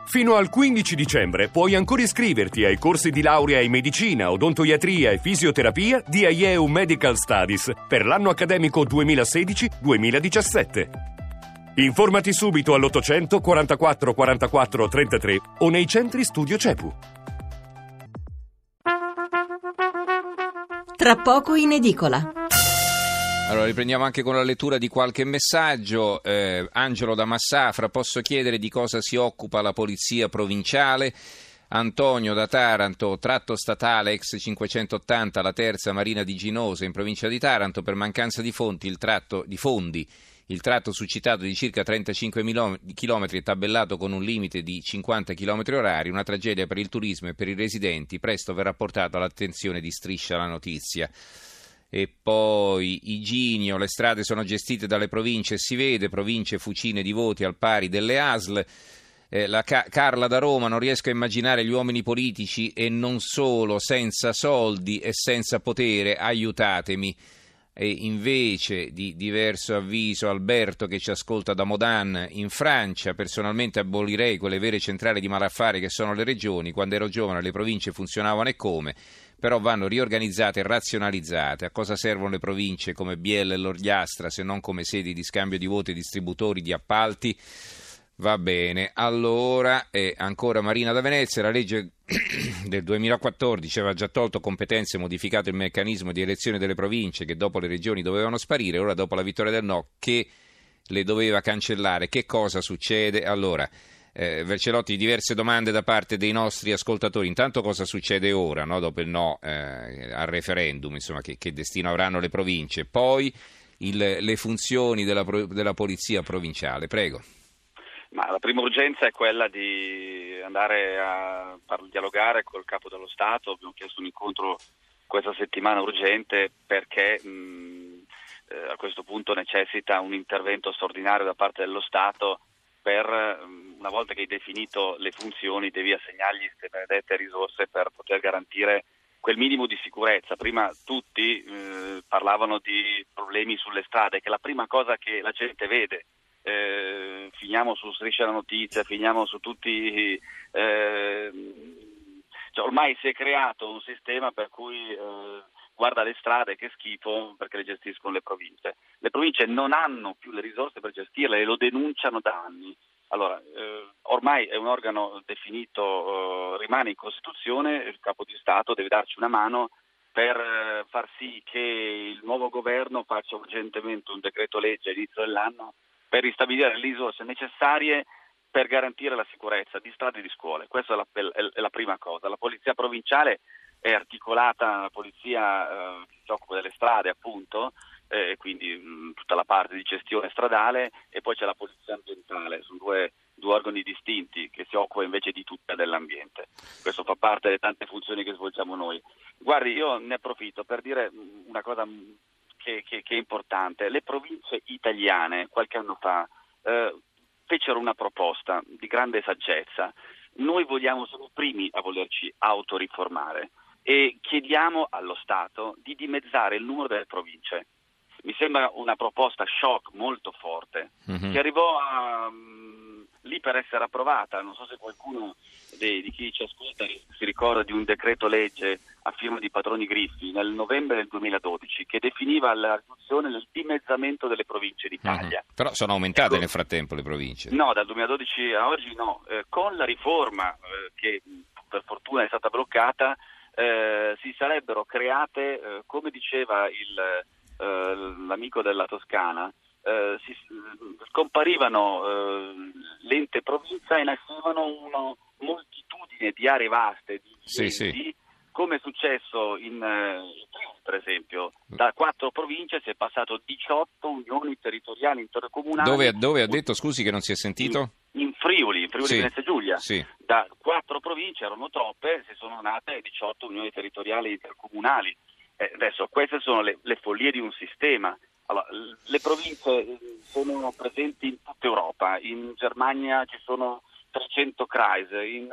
Fino al 15 dicembre puoi ancora iscriverti ai corsi di laurea in medicina, odontoiatria e fisioterapia di IEU Medical Studies per l'anno accademico 2016-2017. Informati subito all'800 44 44 33 o nei centri studio CEPU. Tra poco in edicola. Allora, riprendiamo anche con la lettura di qualche messaggio. Angelo da Massafra, posso chiedere di cosa si occupa la polizia provinciale? Antonio da Taranto, tratto statale ex 580, la terza Marina di Ginosa in provincia di Taranto, per mancanza di fondi il tratto succitato di circa 35 km è tabellato con un limite di 50 km orari, una tragedia per il turismo e per i residenti, presto verrà portato all'attenzione di Striscia la Notizia. E poi Iginio, le strade sono gestite dalle province, si vede, province fucine di voti al pari delle ASL. Carla da Roma, non riesco a immaginare gli uomini politici e non solo, senza soldi e senza potere, aiutatemi. E invece di diverso avviso Alberto, che ci ascolta da Modan in Francia, personalmente abolirei quelle vere centrali di malaffare che sono le regioni. Quando ero giovane le province funzionavano e come, però vanno riorganizzate e razionalizzate. A cosa servono le province come Biella e Lorgliastra se non come sedi di scambio di voti e distributori di appalti? Va bene, allora ancora Marina da Venezia, la legge del 2014 aveva già tolto competenze e modificato il meccanismo di elezione delle province che dopo le regioni dovevano sparire, ora dopo la vittoria del no che le doveva cancellare. Che cosa succede? Allora, Vercelotti, diverse domande da parte dei nostri ascoltatori. Intanto cosa succede ora, no? Dopo il no al referendum, insomma, che destino avranno le province, poi le funzioni della polizia provinciale, prego. Ma la prima urgenza è quella di andare a dialogare col Capo dello Stato. Abbiamo chiesto un incontro questa settimana urgente perché a questo punto necessita un intervento straordinario da parte dello Stato per, una volta che hai definito le funzioni, devi assegnargli queste benedette risorse per poter garantire quel minimo di sicurezza. Prima tutti parlavano di problemi sulle strade, che è la prima cosa che la gente vede. Finiamo su Striscia la Notizia, finiamo su tutti, cioè ormai si è creato un sistema per cui guarda le strade, che schifo, perché le gestiscono le province. Le province non hanno più le risorse per gestirle e lo denunciano da anni. Allora, ormai è un organo definito, rimane in Costituzione, il Capo di Stato deve darci una mano per far sì che il nuovo governo faccia urgentemente un decreto legge all'inizio dell'anno per ristabilire le risorse necessarie per garantire la sicurezza di strade e di scuole. Questa è la prima cosa. La polizia provinciale è articolata, la polizia che si occupa delle strade appunto, quindi tutta la parte di gestione stradale, e poi c'è la polizia ambientale, sono due organi distinti che si occupa invece di tutta dell'ambiente. Questo fa parte delle tante funzioni che svolgiamo noi. Guardi, io ne approfitto per dire una cosa che è importante. Le province italiane qualche anno fa fecero una proposta di grande saggezza. Noi siamo i primi a volerci autoriformare e chiediamo allo Stato di dimezzare il numero delle province. Mi sembra una proposta shock molto forte, che arrivò lì per essere approvata. Non so se qualcuno di chi ci ascolta si ricorda di un decreto legge a firma di Padroni Griffi nel novembre del 2012 che definiva la riduzione del dimezzamento delle province d'Italia. Però sono aumentate nel frattempo le province. No, dal 2012 a oggi no. Con la riforma che per fortuna è stata bloccata, si sarebbero create, come diceva l'amico della Toscana, scomparivano l'ente provincia e nascevano una moltitudine di aree vaste di enti, come è successo in per esempio, da 4 province si è passato a 18 unioni territoriali intercomunali. Dove ha detto, scusi che non si è sentito? In Friuli Venezia Giulia. Sì. Da 4 province, erano troppe, si sono nate 18 unioni territoriali intercomunali. Adesso queste sono le follie di un sistema. Allora, le province sono presenti in tutta Europa. In Germania ci sono 300 Kreis,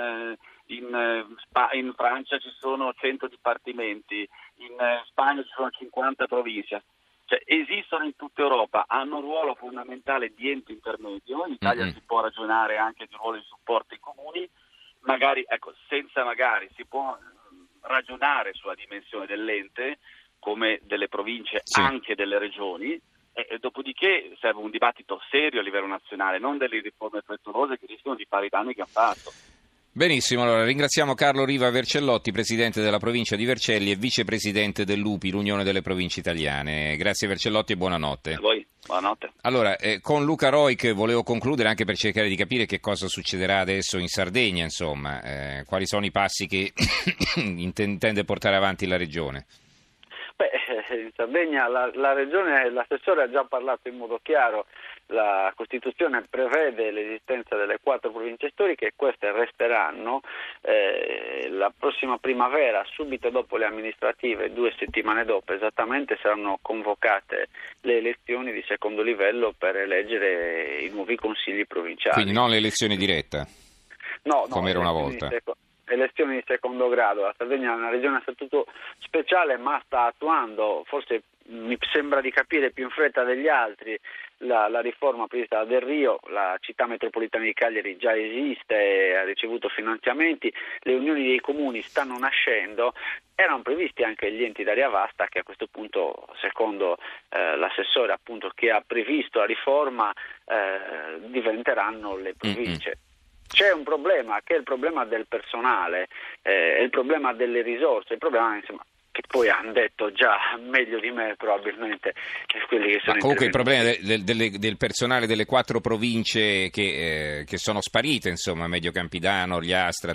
in Francia ci sono 100 dipartimenti, in Spagna ci sono 50 province. Cioè, esistono in tutta Europa, hanno un ruolo fondamentale di ente intermedio, in Italia si può ragionare anche di ruolo di supporto ai comuni, magari, si può ragionare sulla dimensione dell'ente, come delle province, anche delle regioni, e dopodiché serve un dibattito serio a livello nazionale, non delle riforme frettolose che rischiano di fare i danni che hanno fatto. Benissimo, allora ringraziamo Carlo Riva Vercellotti, presidente della provincia di Vercelli e vicepresidente dell'UPI, l'Unione delle Province Italiane. Grazie Vercellotti e buonanotte. A voi, buonanotte. Allora, con Luca Roic volevo concludere anche per cercare di capire che cosa succederà adesso in Sardegna, insomma, quali sono i passi che intende portare avanti la Regione. In Sardegna la Regione, l'assessore ha già parlato in modo chiaro. La Costituzione prevede l'esistenza delle 4 province storiche e queste resteranno. La prossima primavera, subito dopo le amministrative, 2 settimane dopo esattamente, saranno convocate le elezioni di secondo livello per eleggere i nuovi consigli provinciali. Quindi non l'elezione diretta? No, come era una volta. Elezioni di secondo grado. La Sardegna è una regione a statuto speciale, ma sta attuando, forse mi sembra di capire più in fretta degli altri, la riforma prevista da Del Rio. La città metropolitana di Cagliari già esiste, ha ricevuto finanziamenti, le unioni dei comuni stanno nascendo, erano previsti anche gli enti d'area vasta che a questo punto, secondo l'assessore appunto che ha previsto la riforma, diventeranno le province. C'è un problema che è il problema del personale, il problema delle risorse, il problema insomma che poi hanno detto già meglio di me probabilmente quelli che sono. Ma comunque il problema del personale delle 4 province che sono sparite, insomma, Medio Campidano, Ogliastra,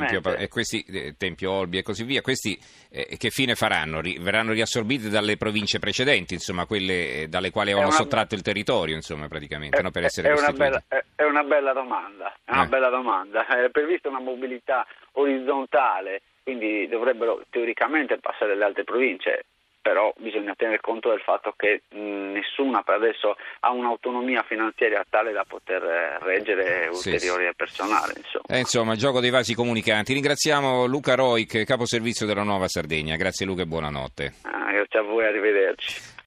Tempio Olbia e così via, questi che fine faranno? Verranno riassorbiti dalle province precedenti, insomma, quelle dalle quali avevano sottratto il territorio, insomma, praticamente, no? Per essere costituiti. È una bella domanda, bella domanda. È prevista una mobilità orizzontale, quindi dovrebbero teoricamente passare le altre province, però bisogna tener conto del fatto che nessuna per adesso ha un'autonomia finanziaria tale da poter reggere ulteriore personale. Insomma, gioco dei vasi comunicanti. Ringraziamo Luca Roic, capo servizio della Nuova Sardegna. Grazie Luca e buonanotte. Grazie a voi, arrivederci.